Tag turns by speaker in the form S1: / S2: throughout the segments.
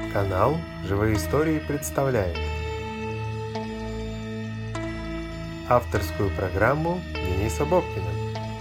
S1: Канал «Живые истории» представляет авторскую программу Дениса Бобкина.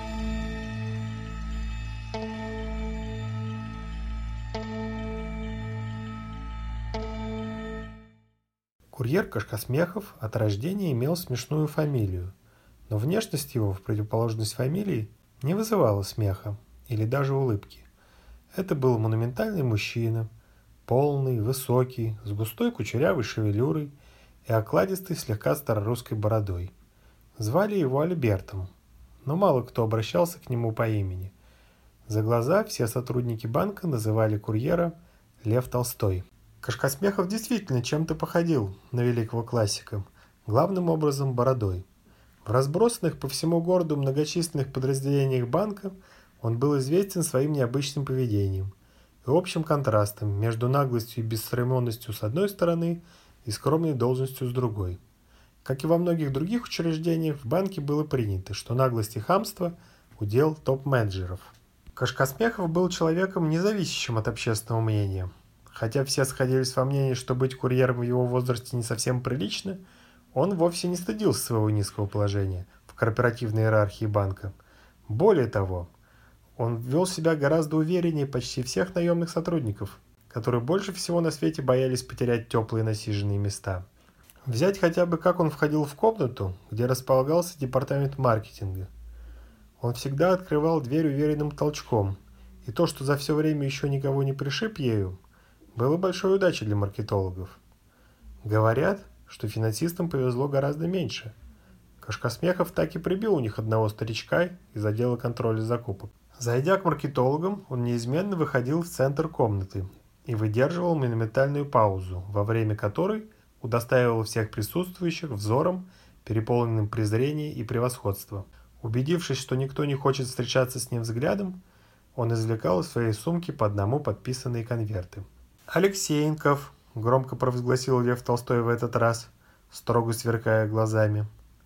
S1: Курьер Кашкасмехов от рождения имел смешную фамилию, но внешность его, в противоположность фамилии, не вызывала смеха или даже улыбки. Это был монументальный мужчина, полный, высокий, с густой кучерявой шевелюрой и окладистой слегка старорусской бородой. Звали его Альбертом, но мало кто обращался к нему по имени. За глаза все сотрудники банка называли курьера Лев Толстой. Кашкасмехов действительно чем-то походил на великого классика, главным образом бородой. В разбросанных по всему городу многочисленных подразделениях банка он был известен своим необычным поведением и общим контрастом между наглостью и бесцеремонностью с одной стороны и скромной должностью с другой. Как и во многих других учреждениях, в банке было принято, что наглость и хамство – удел топ-менеджеров. Кашкасмехов был человеком, независящим от общественного мнения. Хотя все сходились во мнении, что быть курьером в его возрасте не совсем прилично, он вовсе не стыдился своего низкого положения в корпоративной иерархии банка. Более того, он вел себя гораздо увереннее почти всех наемных сотрудников, которые больше всего на свете боялись потерять теплые насиженные места. Взять хотя бы, как он входил в комнату, где располагался департамент маркетинга. Он всегда открывал дверь уверенным толчком, и то, что за все время еще никого не пришиб ею, было большой удачей для маркетологов. Говорят, что финансистам повезло гораздо меньше. Кашкасмехов так и прибил у них одного старичка из отдела контроля закупок. Зайдя к маркетологам, он неизменно выходил в центр комнаты и выдерживал монументальную паузу, во время которой удостаивал всех присутствующих взором, переполненным презрения и превосходства. Убедившись, что никто не хочет встречаться с ним взглядом, он извлекал из своей сумки по одному подписанные конверты. «Алексеенков», — громко провозгласил Лев Толстой в этот раз, строго сверкая глазами.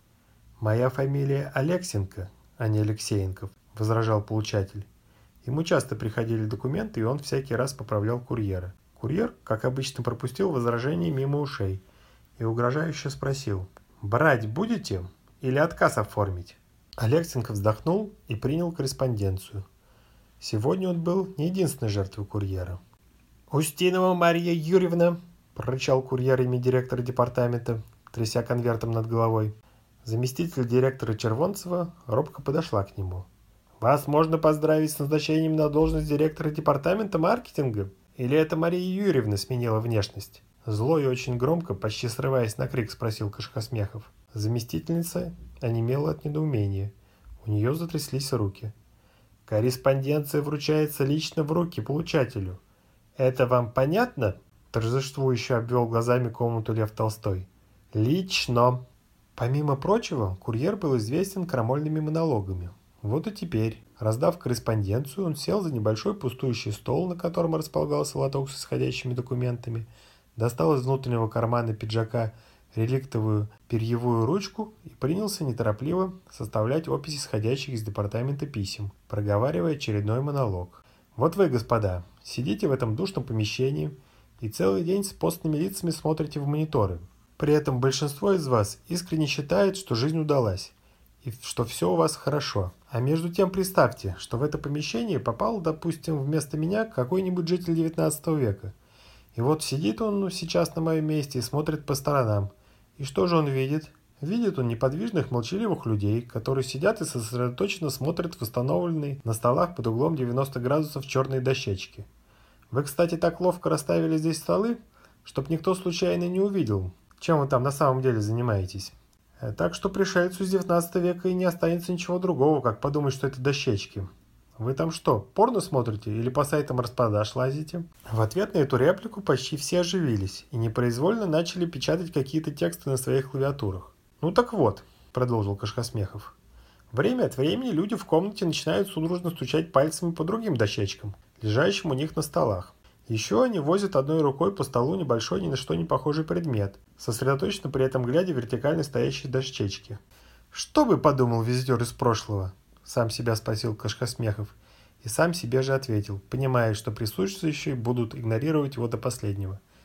S1: «Моя фамилия Алексенко, а не Алексеенков», — возражал получатель. Ему часто приходили документы, и он всякий раз поправлял курьера. Курьер, как обычно, пропустил возражение мимо ушей и угрожающе спросил: «Брать будете или отказ оформить?» Алексенко вздохнул и принял корреспонденцию. Сегодня он был не единственной жертвой курьера. «Устинова Марья Юрьевна!» – прорычал курьер имя директора департамента, тряся конвертом над головой. Заместитель директора Червонцева робко подошла к нему. «Вас можно поздравить с назначением на должность директора департамента маркетинга? Или это Мария Юрьевна сменила внешность?» Зло и очень громко, почти срываясь на крик, спросил Кашкасмехов. Заместительница онемела от недоумения. У нее затряслись руки. «Корреспонденция вручается лично в руки получателю. Это вам понятно?» Торжествующе обвел глазами комнату Лев Толстой. «Лично!» Помимо прочего, курьер был известен крамольными монологами. Вот и теперь, раздав корреспонденцию, он сел за небольшой пустующий стол, на котором располагался лоток с исходящими документами, достал из внутреннего кармана пиджака реликтовую перьевую ручку и принялся неторопливо составлять опись исходящих из департамента писем, проговаривая очередной монолог. «Вот вы, господа, сидите в этом душном помещении и целый день с постными лицами смотрите в мониторы. При этом большинство из вас искренне считает, что жизнь удалась и что все у вас хорошо. А между тем представьте, что в это помещение попал, допустим, вместо меня какой-нибудь житель 19 века. И вот сидит он сейчас на моем месте и смотрит по сторонам. И что же он видит? Видит он неподвижных, молчаливых людей, которые сидят и сосредоточенно смотрят в установленные на столах под углом 90 градусов черные дощечки. Вы, кстати, так ловко расставили здесь столы, чтоб никто случайно не увидел, чем вы там на самом деле занимаетесь. Так что пришельцу из 19 века и не останется ничего другого, как подумать, что это дощечки. Вы там что, порно смотрите или по сайтам распродаж лазите?» В ответ на эту реплику почти все оживились и непроизвольно начали печатать какие-то тексты на своих клавиатурах. «Ну так вот», — продолжил Кашкасмехов, — «время от времени люди в комнате начинают судорожно стучать пальцами по другим дощечкам, лежащим у них на столах. Еще они возят одной рукой по столу небольшой ни на что не похожий предмет, сосредоточенно при этом глядя в вертикально стоящие дощечки. «Что бы подумал визитер из прошлого?» — сам себя спросил Кашкасмехов и сам себе же ответил, понимая, что присутствующие будут игнорировать его до последнего.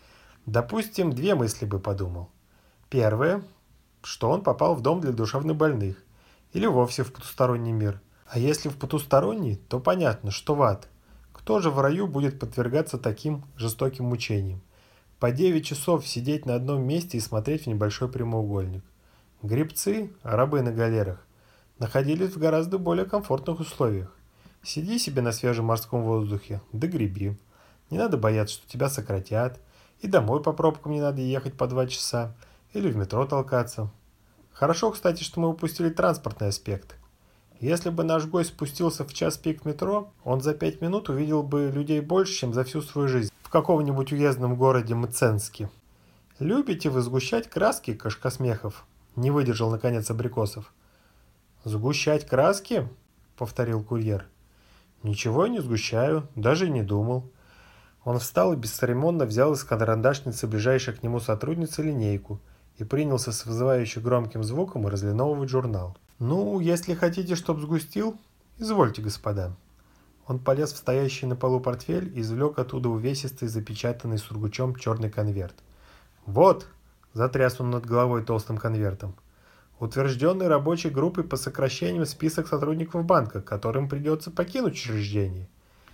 S1: Допустим, две мысли бы подумал. Первое, что он попал в дом для душевнобольных или вовсе в потусторонний мир. А если в потусторонний, то понятно, что в ад. Кто же в раю будет подвергаться таким жестоким мучениям? По 9 часов сидеть на одном месте и смотреть в небольшой прямоугольник. Гребцы, рабы на галерах, находились в гораздо более комфортных условиях. Сиди себе на свежем морском воздухе, да греби. Не надо бояться, что тебя сократят, и домой по пробкам не надо ехать по 2 часа, или в метро толкаться. Хорошо, кстати, что мы упустили транспортный аспект. Если бы наш гость спустился в час пик в метро, он за 5 минут увидел бы людей больше, чем за всю свою жизнь в каком-нибудь уездном городе Мценске. «Любите вы сгущать краски, Кашкосмехов?» — не выдержал, наконец, Абрикосов. «Сгущать краски?» — повторил курьер. «Ничего я не сгущаю, даже и не думал». Он встал и бесцеремонно взял из карандашницы ближайшей к нему сотрудницы линейку и принялся с вызывающе громким звуком разлиновывать журнал. «Ну, если хотите, чтоб сгустил, извольте, господа». Он полез в стоящий на полу портфель и извлек оттуда увесистый, запечатанный сургучом черный конверт. «Вот!» – затряс он над головой толстым конвертом. «Утвержденный рабочей группой по сокращению список сотрудников банка, которым придется покинуть учреждение.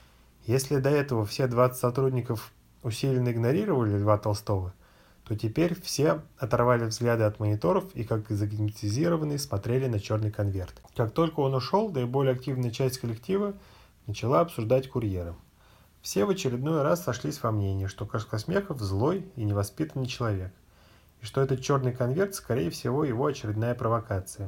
S1: Если до этого все 20 сотрудников усиленно игнорировали Льва Толстого, то теперь все оторвали взгляды от мониторов и, как загипнотизированные, смотрели на черный конверт. Как только он ушел, да и более активная часть коллектива начала обсуждать курьера. Все в очередной раз сошлись во мнении, что Кашкосмехов злой и невоспитанный человек, и что этот черный конверт, скорее всего, его очередная провокация.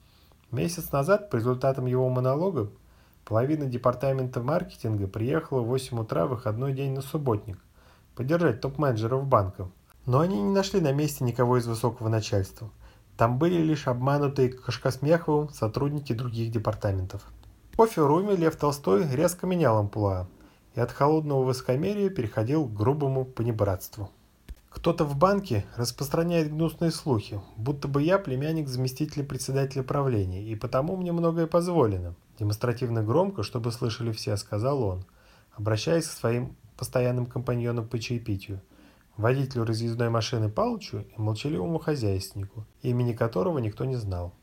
S1: Месяц назад, по результатам его монолога, половина департамента маркетинга приехала в 8 утра в выходной день на субботник поддержать топ-менеджеров банка. Но они не нашли на месте никого из высокого начальства. Там были лишь обманутые Кашкосмеховым сотрудники других департаментов. В кофе-руме Лев Толстой резко менял амплуа и от холодного высокомерия переходил к грубому понебратству. Кто-то в банке распространяет гнусные слухи, будто бы я племянник заместителя председателя правления, и потому мне многое позволено. Демонстративно громко, чтобы слышали все, сказал он, обращаясь к своим постоянным компаньонам по чаепитию, водителю разъездной машины Палычу и молчаливому хозяйственнику, имени которого никто не знал.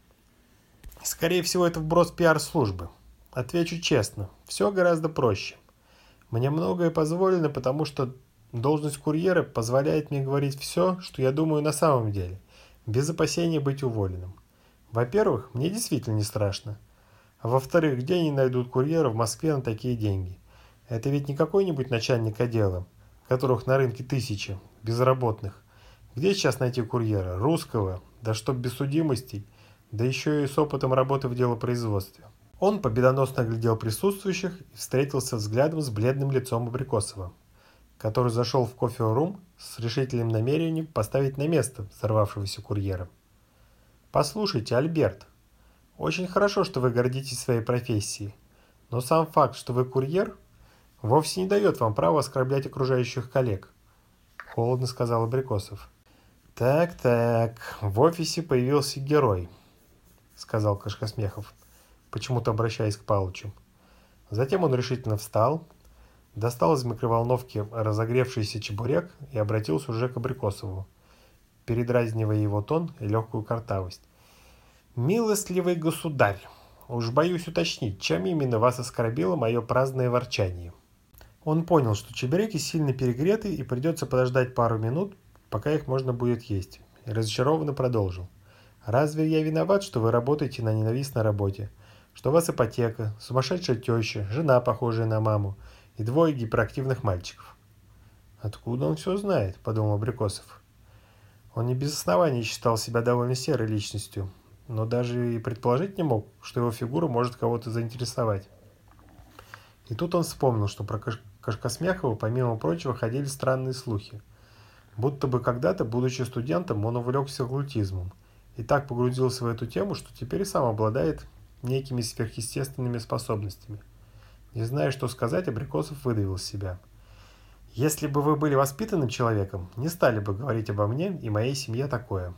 S1: Скорее всего, это вброс пиар-службы. Отвечу честно, все гораздо проще. Мне многое позволено, потому что должность курьера позволяет мне говорить все, что я думаю на самом деле, без опасения быть уволенным. Во-первых, мне действительно не страшно. А во-вторых, где они найдут курьера в Москве на такие деньги? Это ведь не какой-нибудь начальник отдела, которых на рынке тысячи, безработных. Где сейчас найти курьера? Русского? Да чтоб без судимостей, да еще и с опытом работы в делопроизводстве. Он победоносно оглядел присутствующих и встретился взглядом с бледным лицом Абрикосова, который зашел в кофе-рум с решительным намерением поставить на место взорвавшегося курьера. «Послушайте, Альберт, очень хорошо, что вы гордитесь своей профессией, но сам факт, что вы курьер, вовсе не дает вам права оскорблять окружающих коллег», — холодно сказал Абрикосов. «Так, в офисе появился герой», — сказал Кашкосмехов, почему-то обращаясь к Палычу. Затем он решительно встал, достал из микроволновки разогревшийся чебурек и обратился уже к Абрикосову, передразнивая его тон и легкую картавость. «Милостливый государь, уж боюсь уточнить, чем именно вас оскорбило мое праздное ворчание». Он понял, что чебуреки сильно перегреты и придется подождать пару минут, пока их можно будет есть, и разочарованно продолжил. «Разве я виноват, что вы работаете на ненавистной работе? Что у вас ипотека, сумасшедшая теща, жена, похожая на маму, и двое гиперактивных мальчиков?» «Откуда он все знает?» – подумал Абрикосов. Он не без оснований считал себя довольно серой личностью, но даже и предположить не мог, что его фигура может кого-то заинтересовать. И тут он вспомнил, что про Кашкосмехова, помимо прочего, ходили странные слухи. Будто бы когда-то, будучи студентом, он увлекся оккультизмом и так погрузился в эту тему, что теперь сам обладает некими сверхъестественными способностями. Не зная, что сказать, Абрикосов выдавил из себя. «Если бы вы были воспитанным человеком, не стали бы говорить обо мне и моей семье такое».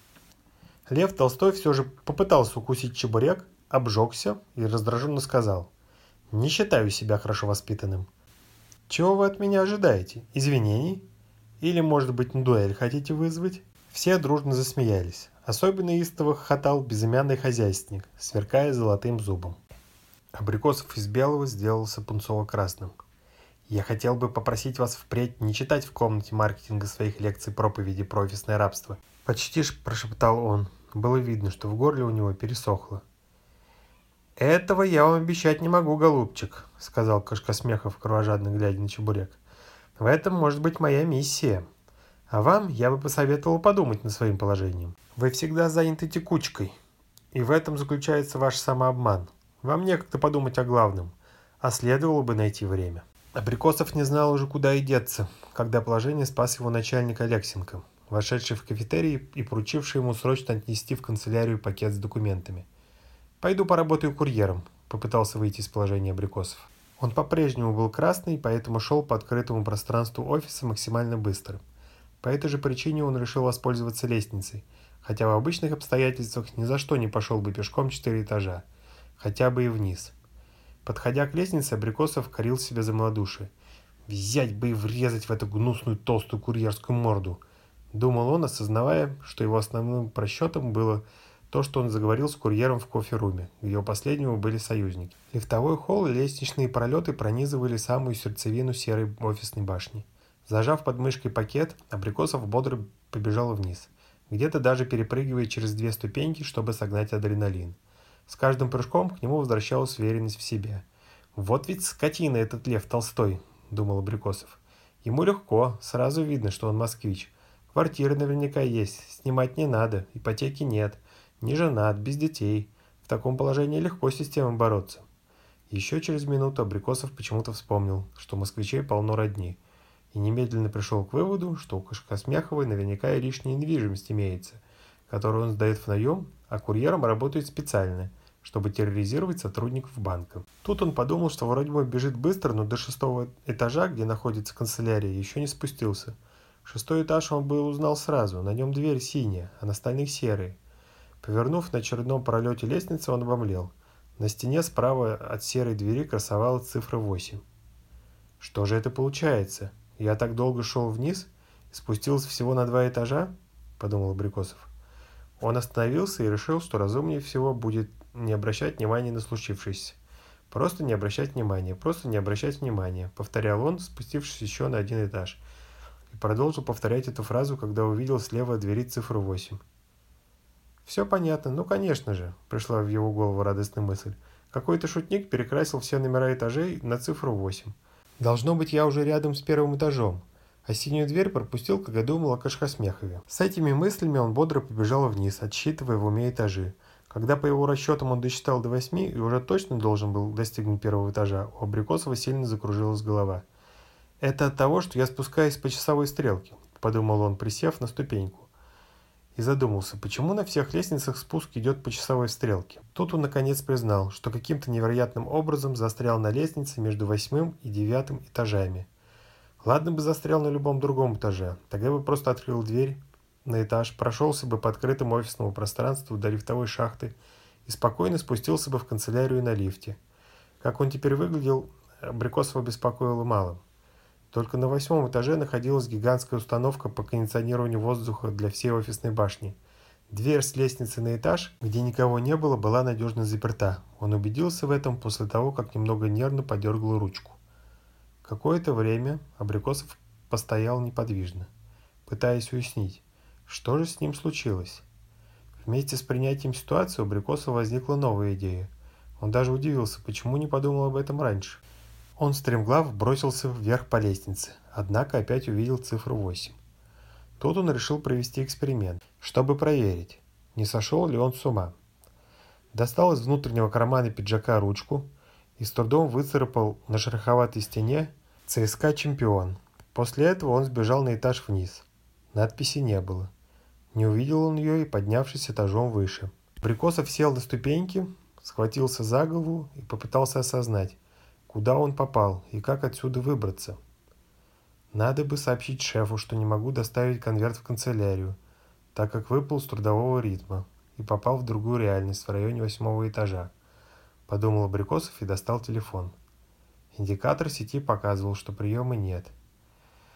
S1: Лев Толстой все же попытался укусить чебурек, обжегся и раздраженно сказал: «Не считаю себя хорошо воспитанным». «Чего вы от меня ожидаете? Извинений? Или, может быть, на дуэль хотите вызвать?» Все дружно засмеялись. Особенно истово хохотал безымянный хозяйственник, сверкая золотым зубом. Абрикосов из белого сделался пунцово-красным. «Я хотел бы попросить вас впредь не читать в комнате маркетинга своих лекций проповеди про офисное рабство». Почти ж прошептал он. Было видно, что в горле у него пересохло. «Этого я вам обещать не могу, голубчик», — сказал Кошкосмехов, кровожадно глядя на чебурек. «В этом может быть моя миссия. А вам я бы посоветовал подумать над своим положением. Вы всегда заняты текучкой, и в этом заключается ваш самообман. Вам некогда подумать о главном, а следовало бы найти время». Абрикосов не знал уже, куда и деться, когда положение спас его начальник Алексенко, вошедший в кафетерий и поручивший ему срочно отнести в канцелярию пакет с документами. «Пойду поработаю курьером», — попытался выйти из положения Абрикосов. Он по-прежнему был красный, поэтому шел по открытому пространству офиса максимально быстро. По этой же причине он решил воспользоваться лестницей, хотя в обычных обстоятельствах ни за что не пошел бы пешком 4 этажа, хотя бы и вниз. Подходя к лестнице, Абрикосов корил себя за малодушие. «Взять бы и врезать в эту гнусную толстую курьерскую морду», — думал он, осознавая, что его основным просчетом было то, что он заговорил с курьером в кофе-руме, где у последнего были союзники. Лифтовой холл и лестничные пролеты пронизывали самую сердцевину серой офисной башни. Зажав под мышкой пакет, Абрикосов бодро побежал вниз, где-то даже перепрыгивая через 2 ступеньки, чтобы согнать адреналин. С каждым прыжком к нему возвращалась уверенность в себе. «Вот ведь скотина этот Лев Толстой», — думал Абрикосов. «Ему легко, сразу видно, что он москвич. Квартира наверняка есть, снимать не надо, ипотеки нет, не женат, без детей. В таком положении легко с системой бороться». Еще через минуту Абрикосов почему-то вспомнил, что москвичей полно родни, и немедленно пришел к выводу, что у Кошкосмеховой наверняка и лишняя недвижимость имеется, которую он сдает в наем, а курьером работает специально, чтобы терроризировать сотрудников банка. Тут он подумал, что вроде бы бежит быстро, но до 6-го этажа, где находится канцелярия, еще не спустился. 6-й этаж он бы узнал сразу, на нем дверь синяя, а на остальных серые. Повернув на очередном пролете лестницы, он обомлел. На стене справа от серой двери красовалась цифра 8. «Что же это получается? Я так долго шел вниз и спустился всего на 2 этажа?» – подумал Абрикосов. Он остановился и решил, что разумнее всего будет не обращать внимания на случившееся. «Просто не обращать внимания, просто не обращать внимания», – повторял он, спустившись еще на 1 этаж. И продолжил повторять эту фразу, когда увидел слева от двери цифру 8. «Все понятно, ну конечно же», – пришла в его голову радостная мысль. «Какой-то шутник перекрасил все номера этажей на цифру 8. Должно быть, я уже рядом с 1-м этажом, а синюю дверь пропустил, когда думал о Кошкосмехове». С этими мыслями он бодро побежал вниз, отсчитывая в уме этажи. Когда по его расчетам он досчитал до 8 и уже точно должен был достигнуть 1-го этажа, у Абрикосова сильно закружилась голова. «Это от того, что я спускаюсь по часовой стрелке», – подумал он, присев на ступеньку. И задумался, почему на всех лестницах спуск идет по часовой стрелке. Тут он наконец признал, что каким-то невероятным образом застрял на лестнице между 8-м и 9-м этажами. Ладно бы застрял на любом другом этаже, тогда бы просто открыл дверь на этаж, прошелся бы по открытому офисному пространству до лифтовой шахты и спокойно спустился бы в канцелярию на лифте. Как он теперь выглядел, Абрикосова беспокоило мало. Только на 8-м этаже находилась гигантская установка по кондиционированию воздуха для всей офисной башни. Дверь с лестницы на этаж, где никого не было, была надежно заперта. Он убедился в этом после того, как немного нервно подергал ручку. Какое-то время Абрикосов постоял неподвижно, пытаясь уяснить, что же с ним случилось. Вместе с принятием ситуации у Абрикосова возникла новая идея. Он даже удивился, почему не подумал об этом раньше. Он стремглав бросился вверх по лестнице, однако опять увидел цифру 8. Тут он решил провести эксперимент, чтобы проверить, не сошел ли он с ума. Достал из внутреннего кармана пиджака ручку и с трудом выцарапал на шероховатой стене «ЦСКА чемпион». После этого он сбежал на этаж вниз. Надписи не было. Не увидел он ее и, поднявшись этажом выше. Абрикосов сел на ступеньки, схватился за голову и попытался осознать, куда он попал и как отсюда выбраться. Надо бы сообщить шефу, что не могу доставить конверт в канцелярию, так как выпал с трудового ритма и попал в другую реальность в районе 8-го этажа. Подумал Абрикосов и достал телефон. Индикатор сети показывал, что приема нет.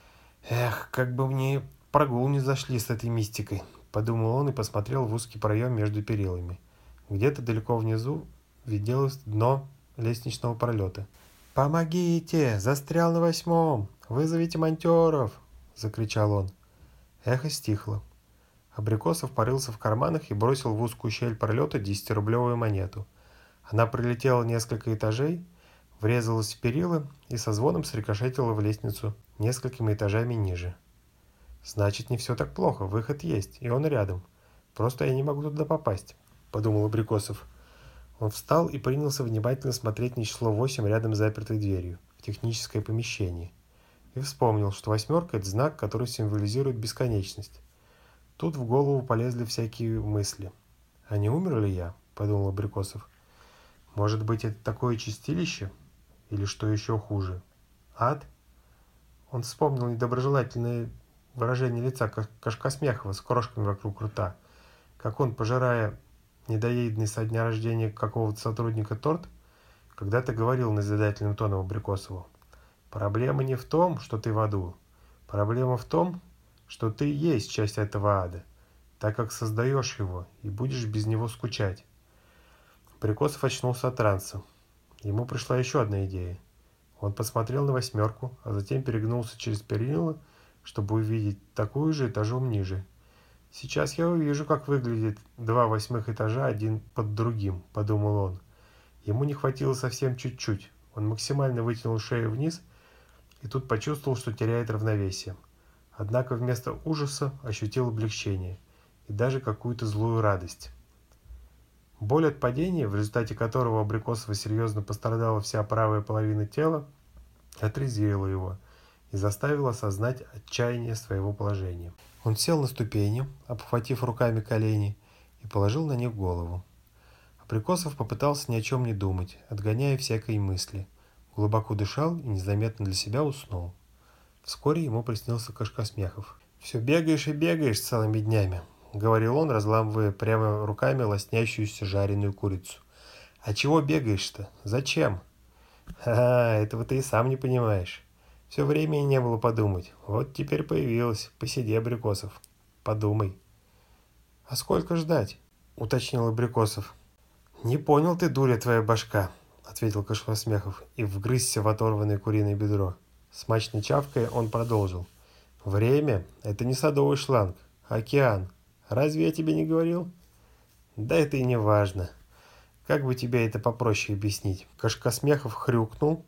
S1: «Эх, как бы мне прогул не зашли с этой мистикой», — подумал он и посмотрел в узкий проем между перилами. Где-то далеко внизу виделось дно лестничного пролета. «Помогите! Застрял на 8! Вызовите монтеров!» — закричал он. Эхо стихло. Абрикосов порылся в карманах и бросил в узкую щель пролета 10-рублевую монету. Она пролетела несколько этажей, врезалась в перила и со звоном срикошетила в лестницу несколькими этажами ниже. «Значит, не все так плохо, выход есть, и он рядом. Просто я не могу туда попасть», — подумал Абрикосов. Он встал и принялся внимательно смотреть на число 8 рядом с запертой дверью, в техническое помещение. И вспомнил, что восьмерка – это знак, который символизирует бесконечность. Тут в голову полезли всякие мысли. «А не умер ли я?» – подумал Абрикосов. «Может быть, это такое чистилище? Или что еще хуже? Ад?» Он вспомнил недоброжелательное выражение лица Кашкосмехова с крошками вокруг рта. Как он, пожирая недоеденный со дня рождения какого-то сотрудника торт, когда-то говорил назидательным тоном Абрикосову: «Проблема не в том, что ты в аду. Проблема в том, что ты есть часть этого ада, так как создаешь его и будешь без него скучать». Абрикосов очнулся от транса. Ему пришла еще одна идея. Он посмотрел на восьмерку, а затем перегнулся через перила, чтобы увидеть такую же этажом ниже. «Сейчас я увижу, как выглядит 2 8 этажа один под другим», — подумал он. Ему не хватило совсем чуть-чуть. Он максимально вытянул шею вниз и тут почувствовал, что теряет равновесие. Однако вместо ужаса ощутил облегчение и даже какую-то злую радость. Боль от падения, в результате которого у Абрикосова серьезно пострадала вся правая половина тела, отрезвила его и заставила осознать отчаяние своего положения. Он сел на ступени, обхватив руками колени, и положил на них голову. Абрикосов попытался ни о чем не думать, отгоняя всякие мысли. Глубоко дышал и незаметно для себя уснул. Вскоре ему приснился Кашкосмехов. «Все бегаешь и бегаешь целыми днями», — говорил он, разламывая прямо руками лоснящуюся жареную курицу. «А чего бегаешь-то? Зачем?» «Ха, этого ты и сам не понимаешь. Все времени не было подумать. Вот теперь появилось. Посиди, Абрикосов. Подумай». «А сколько ждать?» — уточнил Абрикосов. «Не понял ты, дуря твоя башка», — ответил Кашкосмехов и вгрызся в оторванное куриное бедро. Смачно чавкая, он продолжил. «Время — это не садовый шланг, а океан. Разве я тебе не говорил?» «Да это и не важно. Как бы тебе это попроще объяснить?» Кашкосмехов хрюкнул,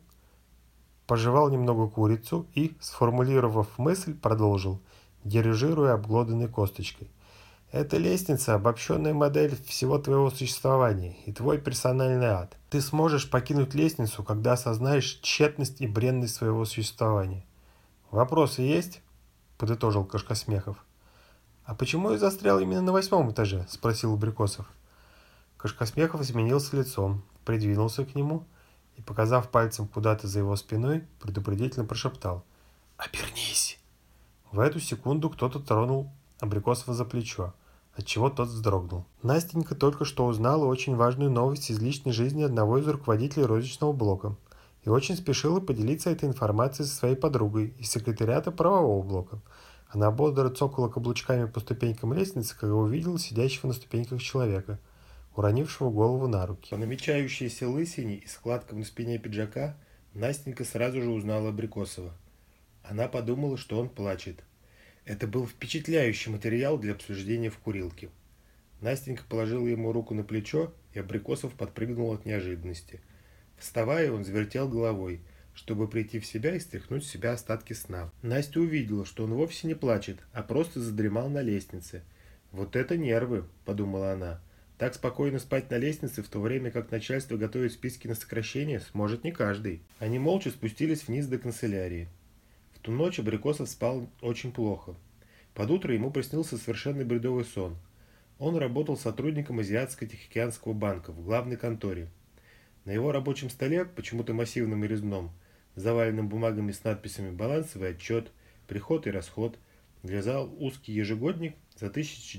S1: пожевал немного курицу и, сформулировав мысль, продолжил, дирижируя обглоданной косточкой. «Это лестница — обобщенная модель всего твоего существования и твой персональный ад. Ты сможешь покинуть лестницу, когда осознаешь тщетность и бренность своего существования». «Вопросы есть?» — подытожил Кашкосмехов. «А почему я застрял именно на 8 этаже?» — спросил Абрикосов. Кашкосмехов изменился лицом, придвинулся к нему и, показав пальцем куда-то за его спиной, предупредительно прошептал: «Обернись!». В эту секунду кто-то тронул Абрикосова за плечо, отчего тот вздрогнул. Настенька только что узнала очень важную новость из личной жизни одного из руководителей розничного блока и очень спешила поделиться этой информацией со своей подругой из секретариата правового блока. Она бодро цокала каблучками по ступенькам лестницы, когда увидела сидящего на ступеньках человека, уронившего голову на руки. По намечающейся лысине и складкам на спине пиджака Настенька сразу же узнала Абрикосова. Она подумала, что он плачет. Это был впечатляющий материал для обсуждения в курилке. Настенька положила ему руку на плечо, и Абрикосов подпрыгнул от неожиданности. Вставая, он завертел головой, чтобы прийти в себя и стряхнуть с себя остатки сна. Настя увидела, что он вовсе не плачет, а просто задремал на лестнице. «Вот это нервы», — подумала она. «Так спокойно спать на лестнице, в то время как начальство готовит списки на сокращение, сможет не каждый». Они молча спустились вниз до канцелярии. В ту ночь Абрикосов спал очень плохо. Под утро ему приснился совершенно бредовый сон. Он работал сотрудником Азиатско-Тихоокеанского банка в главной конторе. На его рабочем столе, почему-то массивном и резном, заваленном бумагами с надписями «Балансовый отчет», «Приход и расход», лежал узкий ежегодник за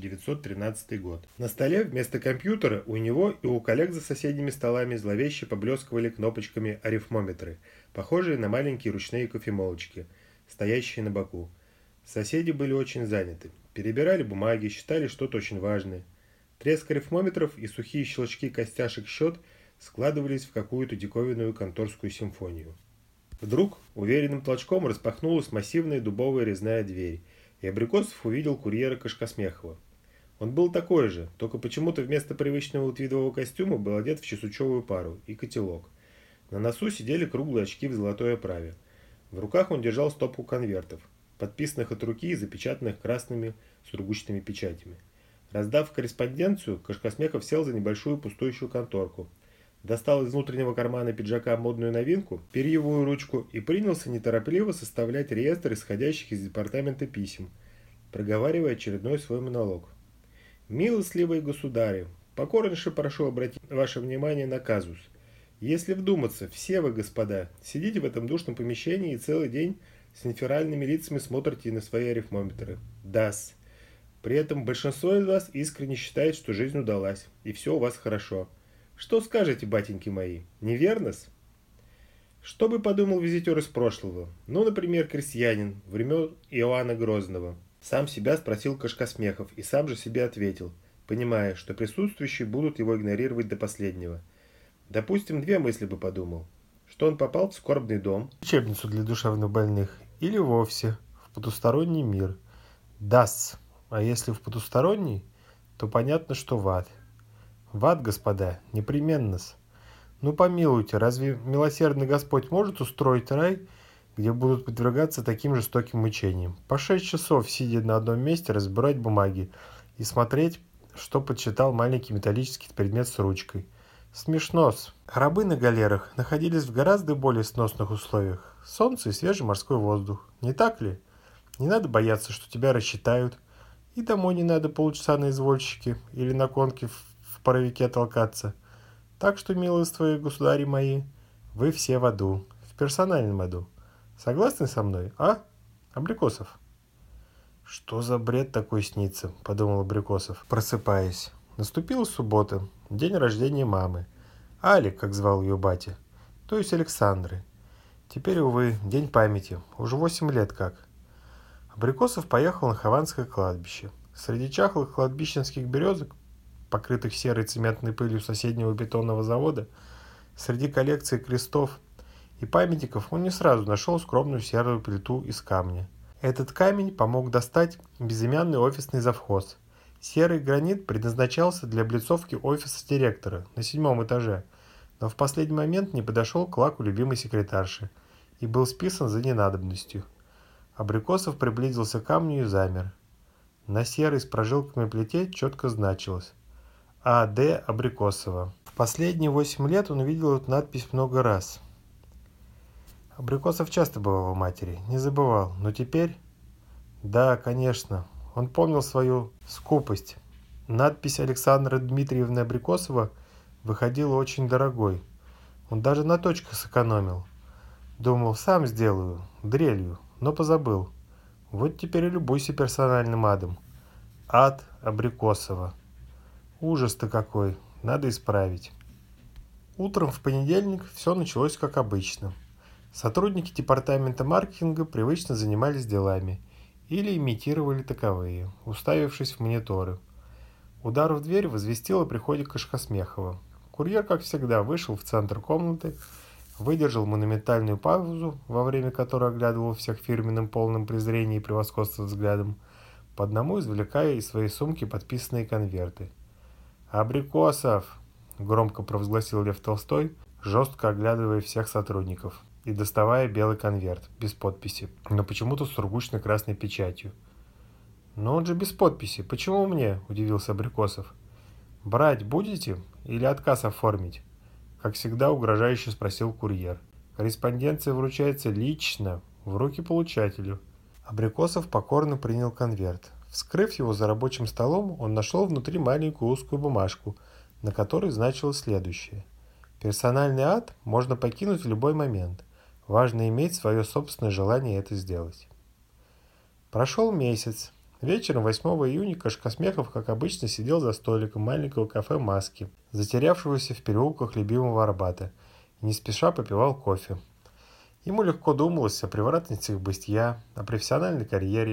S1: 1913 год. На столе вместо компьютера у него и у коллег за соседними столами зловеще поблескивали кнопочками арифмометры, похожие на маленькие ручные кофемолочки, стоящие на боку. Соседи были очень заняты. Перебирали бумаги, считали что-то очень важное. Треск арифмометров и сухие щелчки костяшек счет складывались в какую-то диковинную конторскую симфонию. Вдруг уверенным толчком распахнулась массивная дубовая резная дверь, и Абрикосов увидел курьера Кашкосмехова. Он был такой же, только почему-то вместо привычного твидового костюма был одет в чесучевую пару и котелок. На носу сидели круглые очки в золотой оправе. В руках он держал стопку конвертов, подписанных от руки и запечатанных красными сургучными печатями. Раздав корреспонденцию, Кашкосмехов сел за небольшую пустующую конторку, достал из внутреннего кармана пиджака модную новинку, перьевую ручку, и принялся неторопливо составлять реестр исходящих из департамента писем, проговаривая очередной свой монолог. «Милостливые государи, покорнейше прошу обратить ваше внимание на казус. Если вдуматься, все вы, господа, сидите в этом душном помещении и целый день с инфернальными лицами смотрите на свои арифмометры. Да-с. При этом большинство из вас искренне считает, что жизнь удалась, и все у вас хорошо. Что скажете, батеньки мои, не верно-с? Что бы подумал визитер из прошлого? Ну, например, крестьянин, времен Иоанна Грозного. Сам себя спросил Кашкосмехов и сам же себе ответил, понимая, что присутствующие будут его игнорировать до последнего. Допустим, две мысли бы подумал. Что он попал в скорбный дом, лечебницу для душевнобольных, или вовсе в потусторонний мир. Да-с. А если в потусторонний, то понятно, что в ад. В ад, господа, непременно-с. Ну помилуйте, разве милосердный Господь может устроить рай, где будут подвергаться таким жестоким мучениям? По 6 часов, сидя на одном месте, разбирать бумаги и смотреть, что подсчитал маленький металлический предмет с ручкой. Смешно-с. Рабы на галерах находились в гораздо более сносных условиях. Солнце и свежий морской воздух. Не так ли? Не надо бояться, что тебя рассчитают. И домой не надо полчаса на извозчике или на конке в паровике толкаться. Так что, милостивые государи мои, вы все в аду, в персональном аду. Согласны со мной, а, Абрикосов? Что за бред такой снится, подумал Абрикосов, просыпаясь. Наступила суббота, день рождения мамы. Али, как звал ее батя, то есть Александры. Теперь, увы, день памяти, уже 8 лет как. Абрикосов поехал на Хованское кладбище. Среди чахлых кладбищенских березок, покрытых серой цементной пылью соседнего бетонного завода, среди коллекции крестов и памятников он не сразу нашел скромную серую плиту из камня. Этот камень помог достать безымянный офисный завхоз. Серый гранит предназначался для облицовки офиса директора на 7-м этаже, но в последний момент не подошел к лаку любимой секретарши и был списан за ненадобностью. Абрикосов приблизился к камню и замер. На серой с прожилками плите четко значилось А.Д. Абрикосова. В последние 8 лет он видел эту надпись много раз. Абрикосов часто бывал у матери, не забывал, но теперь... Да, конечно, он помнил свою скупость. Надпись Александра Дмитриевны Абрикосова выходила очень дорогой. Он даже на точках сэкономил. Думал, сам сделаю, дрелью, но позабыл. Вот теперь и любуйся персональным адом. Ад Абрикосова. Ужас-то какой, надо исправить. Утром в понедельник все началось как обычно. Сотрудники департамента маркетинга привычно занимались делами или имитировали таковые, уставившись в мониторы. Удар в дверь возвестил о приходе Кашкосмехова. Курьер, как всегда, вышел в центр комнаты, выдержал монументальную паузу, во время которой оглядывал всех фирменным полным презрения и превосходства взглядом, по одному извлекая из своей сумки подписанные конверты. «Абрикосов!» – громко провозгласил Лев Толстой, жестко оглядывая всех сотрудников и доставая белый конверт, без подписи, но почему-то с сургучной красной печатью. «Но он же без подписи. Почему мне?» – удивился Абрикосов. «Брать будете или отказ оформить?» Как всегда, угрожающе спросил курьер. «Корреспонденция вручается лично, в руки получателю». Абрикосов покорно принял конверт. Вскрыв его за рабочим столом, он нашел внутри маленькую узкую бумажку, на которой значилось следующее. «Персональный ад можно покинуть в любой момент. Важно иметь свое собственное желание это сделать». Прошел месяц. Вечером 8 июня Кашкосмехов, как обычно, сидел за столиком маленького кафе «Маски», затерявшегося в переулках любимого Арбата, и не спеша попивал кофе. Ему легко думалось о превратностях бытия, о профессиональной карьере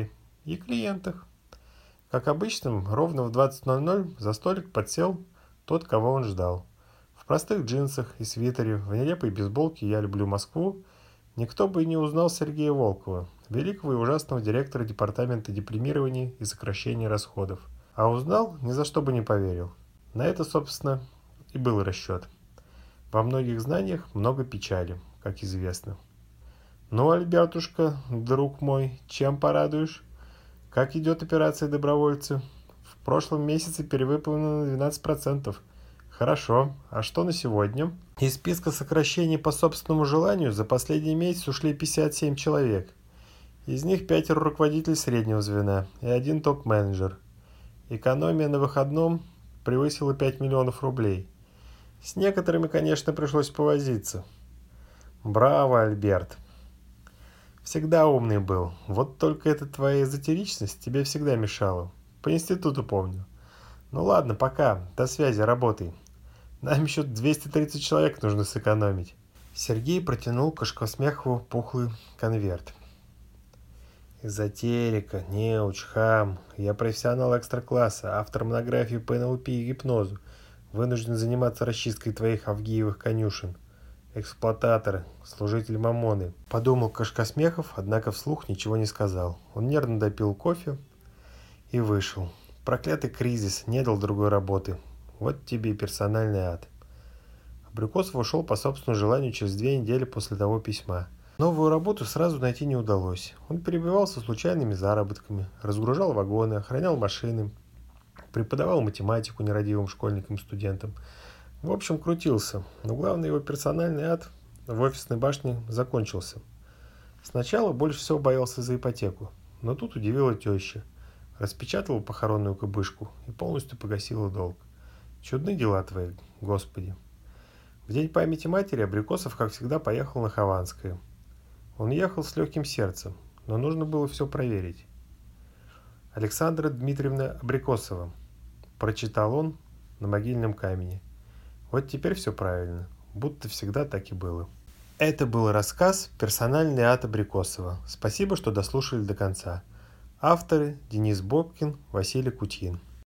S1: и клиентах. Как обычно, ровно в 20:00 за столик подсел тот, кого он ждал. В простых джинсах и свитере, в нелепой бейсболке «Я люблю Москву» никто бы и не узнал Сергея Волкова, великого и ужасного директора департамента депримирования и сокращения расходов. А узнал, ни за что бы не поверил. На это, собственно, и был расчет. Во многих знаниях много печали, как известно. «Ну, Альбертушка, друг мой, чем порадуешь? Как идет операция добровольцы? В прошлом месяце перевыполнено на 12%. Хорошо. А что на сегодня?» Из списка сокращений по собственному желанию за последний месяц ушли 57 человек. Из них 5 руководителей среднего звена и 1 топ-менеджер. Экономия на выходном превысила 5 миллионов рублей. С некоторыми, конечно, пришлось повозиться. Браво, Альберт. Всегда умный был. Вот только эта твоя эзотеричность тебе всегда мешала. По институту помню. Ну ладно, пока. До связи, работай. Нам еще 230 человек нужно сэкономить. Сергей протянул Кошкосмехову пухлый конверт. Эзотерика, неуч, хам. Я профессионал экстра-класса, автор монографии по НЛП и гипнозу. Вынужден заниматься расчисткой твоих авгиевых конюшен. Эксплуататор, служитель Мамоны. Подумал Кошкосмехов, однако вслух ничего не сказал. Он нервно допил кофе и вышел. Проклятый кризис, не дал другой работы. Вот тебе и персональный ад. Абрикосов ушел по собственному желанию через 2 недели после того письма. Новую работу сразу найти не удалось. Он перебивался случайными заработками, разгружал вагоны, охранял машины, преподавал математику нерадивым школьникам и студентам. В общем, крутился, но главный его персональный ад в офисной башне закончился. Сначала больше всего боялся за ипотеку, но тут удивила теща. Распечатала похоронную кубышку и полностью погасила долг. Чудны дела твои, Господи. В день памяти матери Абрикосов, как всегда, поехал на Хованское. Он ехал с легким сердцем, но нужно было все проверить. «Александра Дмитриевна Абрикосова», – прочитал он на могильном камне. Вот теперь все правильно, будто всегда так и было. Это был рассказ «Персональный ад Абрикосова». Спасибо, что дослушали до конца. Авторы Денис Бобкин, Василий Кутьин.